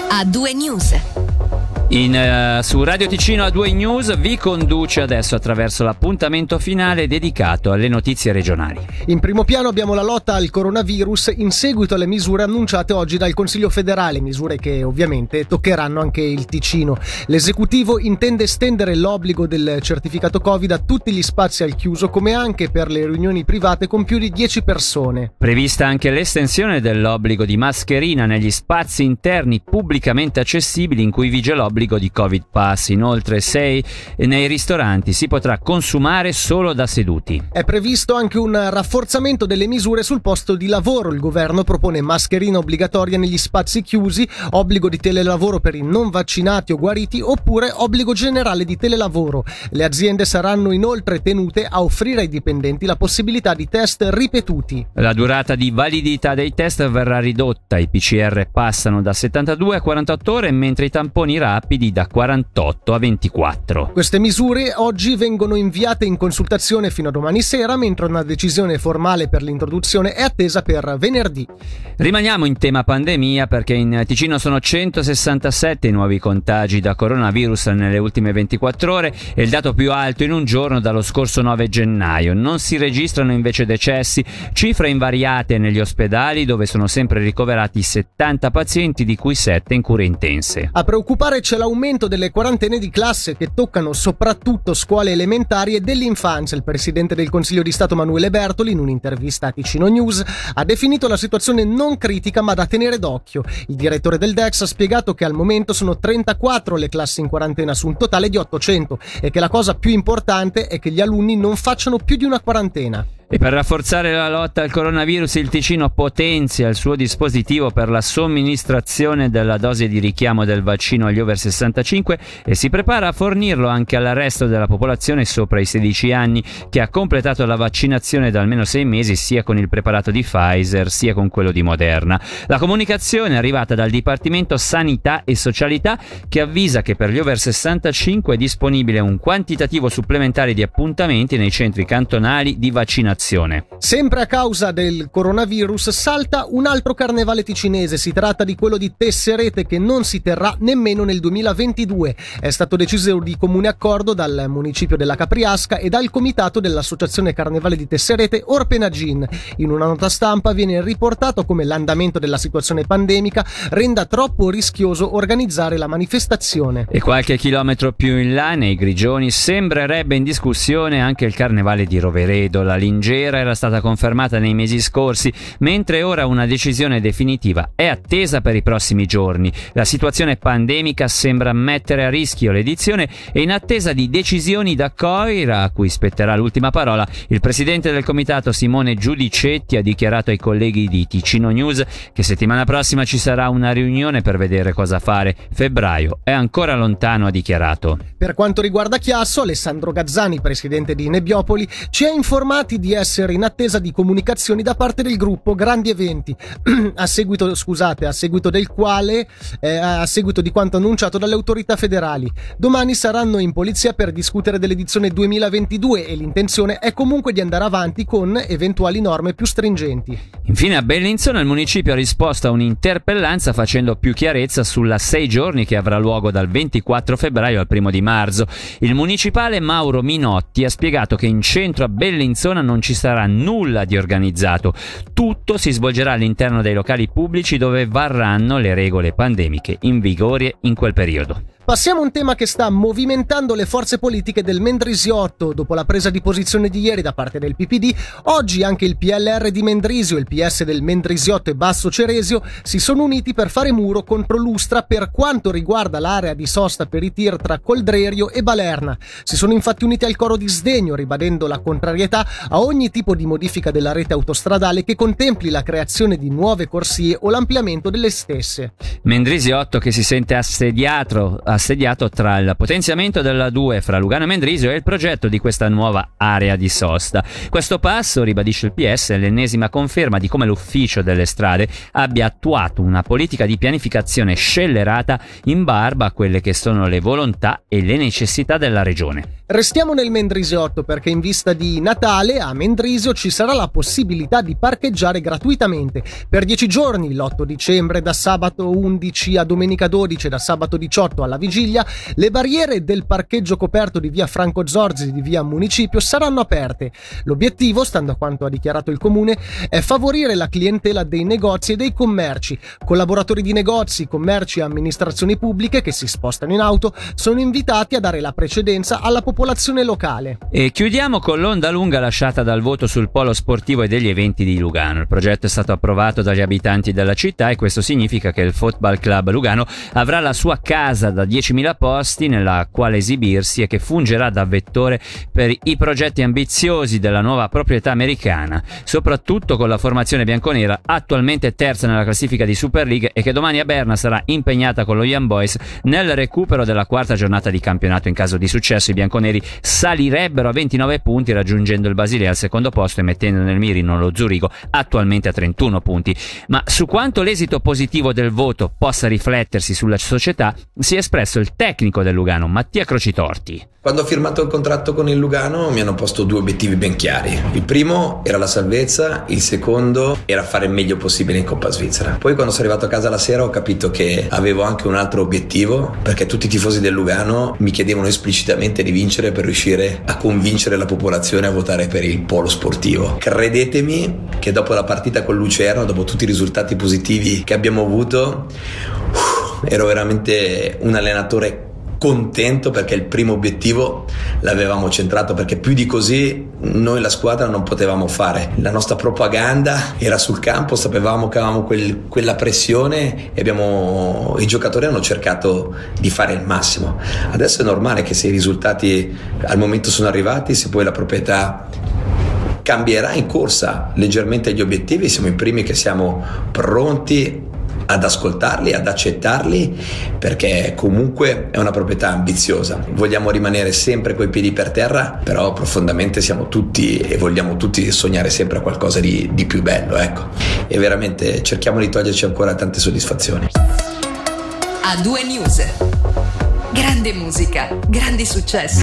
A2 News. Su Radio Ticino A2 News vi conduce adesso attraverso l'appuntamento finale dedicato alle notizie regionali. In primo piano abbiamo la lotta al coronavirus in seguito alle misure annunciate oggi dal Consiglio federale, misure che ovviamente toccheranno anche il Ticino. L'esecutivo intende estendere l'obbligo del certificato Covid a tutti gli spazi al chiuso, come anche per le riunioni private con più di 10 persone. Prevista anche l'estensione dell'obbligo di mascherina negli spazi interni pubblicamente accessibili in cui vige l'obbligo di Covid Pass. Inoltre, 6 nei ristoranti si potrà consumare solo da seduti. È previsto anche un rafforzamento delle misure sul posto di lavoro. Il governo propone mascherina obbligatoria negli spazi chiusi, obbligo di telelavoro per i non vaccinati o guariti, oppure obbligo generale di telelavoro. Le aziende saranno inoltre tenute a offrire ai dipendenti la possibilità di test ripetuti. La durata di validità dei test verrà ridotta. I PCR passano da 72 a 48 ore, mentre i tamponi rapidi da 48 a 24. Queste misure oggi vengono inviate in consultazione fino a domani sera, mentre una decisione formale per l'introduzione è attesa per venerdì. Rimaniamo in tema pandemia, perché in Ticino sono 167 i nuovi contagi da coronavirus nelle ultime 24 ore, è il dato più alto in un giorno dallo scorso 9 gennaio. Non si registrano invece decessi, cifre invariate negli ospedali, dove sono sempre ricoverati 70 pazienti, di cui 7 in cure intense. A preoccupare c'è l'aumento delle quarantene di classe, che toccano soprattutto scuole elementari e dell'infanzia. Il presidente del Consiglio di Stato Emanuele Bertoli, in un'intervista a Ticino News, ha definito la situazione non critica ma da tenere d'occhio. Il direttore del DEX ha spiegato che al momento sono 34 le classi in quarantena su un totale di 800 e che la cosa più importante è che gli alunni non facciano più di una quarantena. E per rafforzare la lotta al coronavirus, il Ticino potenzia il suo dispositivo per la somministrazione della dose di richiamo del vaccino agli over 65 e si prepara a fornirlo anche al resto della popolazione sopra i 16 anni che ha completato la vaccinazione da almeno 6 mesi, sia con il preparato di Pfizer sia con quello di Moderna. La comunicazione è arrivata dal Dipartimento Sanità e Socialità, che avvisa che per gli over 65 è disponibile un quantitativo supplementare di appuntamenti nei centri cantonali di vaccinazione. Sempre a causa del coronavirus salta un altro carnevale ticinese. Si tratta di quello di Tesserete, che non si terrà nemmeno nel 2022. È stato deciso di comune accordo dal municipio della Capriasca e dal comitato dell'Associazione Carnevale di Tesserete Orpenagin. In una nota stampa viene riportato come l'andamento della situazione pandemica renda troppo rischioso organizzare la manifestazione. E qualche chilometro più in là, nei Grigioni, sembrerebbe in discussione anche il carnevale di Roveredo. La Lingera era stata confermata nei mesi scorsi, mentre ora una decisione definitiva è attesa per i prossimi giorni. La situazione pandemica sembra mettere a rischio l'edizione e, in attesa di decisioni da Coira, a cui spetterà l'ultima parola, il presidente del comitato Simone Giudicetti ha dichiarato ai colleghi di Ticino News che settimana prossima ci sarà una riunione per vedere cosa fare. Febbraio è ancora lontano, ha dichiarato. Per quanto riguarda Chiasso, Alessandro Gazzani, presidente di Nebbiopoli, ci ha informati di essere in attesa di comunicazioni da parte del gruppo Grandi Eventi, a seguito di quanto annunciato dalle autorità federali. Domani saranno in polizia per discutere dell'edizione 2022 e l'intenzione è comunque di andare avanti con eventuali norme più stringenti. Infine, a Bellinzona il municipio ha risposto a un'interpellanza facendo più chiarezza sulla 6 giorni che avrà luogo dal 24 febbraio al 1 di marzo. Il municipale Mauro Minotti ha spiegato che in centro a Bellinzona non ci sarà nulla di organizzato. Tutto si svolgerà all'interno dei locali pubblici, dove varranno le regole pandemiche in vigore in quel periodo. Passiamo a un tema che sta movimentando le forze politiche del Mendrisiotto. Dopo la presa di posizione di ieri da parte del PPD, oggi anche il PLR di Mendrisio e il PS del Mendrisiotto e Basso Ceresio si sono uniti per fare muro contro l'Ustra per quanto riguarda l'area di sosta per i tir tra Coldrerio e Balerna. Si sono infatti uniti al coro di sdegno, ribadendo la contrarietà a ogni tipo di modifica della rete autostradale che contempli la creazione di nuove corsie o l'ampliamento delle stesse. Mendrisiotto, che si sente assediato assediato tra il potenziamento della 2 fra Lugano e Mendrisio e il progetto di questa nuova area di sosta. Questo passo, ribadisce il PS, è l'ennesima conferma di come l'ufficio delle strade abbia attuato una politica di pianificazione scellerata in barba a quelle che sono le volontà e le necessità della regione. Restiamo nel Mendrisiotto perché in vista di Natale a Mendrisio ci sarà la possibilità di parcheggiare gratuitamente per 10 giorni, l'8 dicembre da sabato 11 a domenica 12 e da sabato 18 alla vigilia. Le barriere del parcheggio coperto di via Franco Zorzi e di via Municipio saranno aperte. L'obiettivo, stando a quanto ha dichiarato il comune, è favorire la clientela dei negozi e dei commerci. Collaboratori di negozi, commerci e amministrazioni pubbliche che si spostano in auto sono invitati a dare la precedenza alla popolazione locale. E chiudiamo con l'onda lunga lasciata dal voto sul polo sportivo e degli eventi di Lugano. Il progetto è stato approvato dagli abitanti della città e questo significa che il Football Club Lugano avrà la sua casa da 10.000 posti nella quale esibirsi e che fungerà da vettore per i progetti ambiziosi della nuova proprietà americana, soprattutto con la formazione bianconera attualmente terza nella classifica di Super League e che domani a Berna sarà impegnata con lo Young Boys nel recupero della quarta giornata di campionato. In caso di successo i bianconeri salirebbero a 29 punti raggiungendo il Basilea al secondo posto e mettendo nel mirino lo Zurigo attualmente a 31 punti. Ma su quanto l'esito positivo del voto possa riflettersi sulla società si è espresso il tecnico del Lugano Mattia Crocitorti. Quando ho firmato il contratto con il Lugano mi hanno posto 2 obiettivi ben chiari. Il primo era la salvezza, il secondo era fare il meglio possibile in Coppa Svizzera. Poi quando sono arrivato a casa la sera ho capito che avevo anche un altro obiettivo, perché tutti i tifosi del Lugano mi chiedevano esplicitamente di vincere per riuscire a convincere la popolazione a votare per il polo sportivo. Credetemi che dopo la partita con Lucerno, dopo tutti i risultati positivi che abbiamo avuto, ero veramente un allenatore contento perché il primo obiettivo l'avevamo centrato, perché più di così noi la squadra non potevamo fare. La nostra propaganda era sul campo, sapevamo che avevamo quella pressione e i giocatori hanno cercato di fare il massimo. Adesso è normale che se i risultati al momento sono arrivati, se poi la proprietà cambierà in corsa leggermente gli obiettivi, siamo i primi che siamo pronti ad ascoltarli, ad accettarli, perché comunque è una proprietà ambiziosa. Vogliamo rimanere sempre coi piedi per terra, però profondamente siamo tutti e vogliamo tutti sognare sempre a qualcosa di più bello, ecco. E veramente cerchiamo di toglierci ancora tante soddisfazioni. A2 News. Grande musica, grandi successi.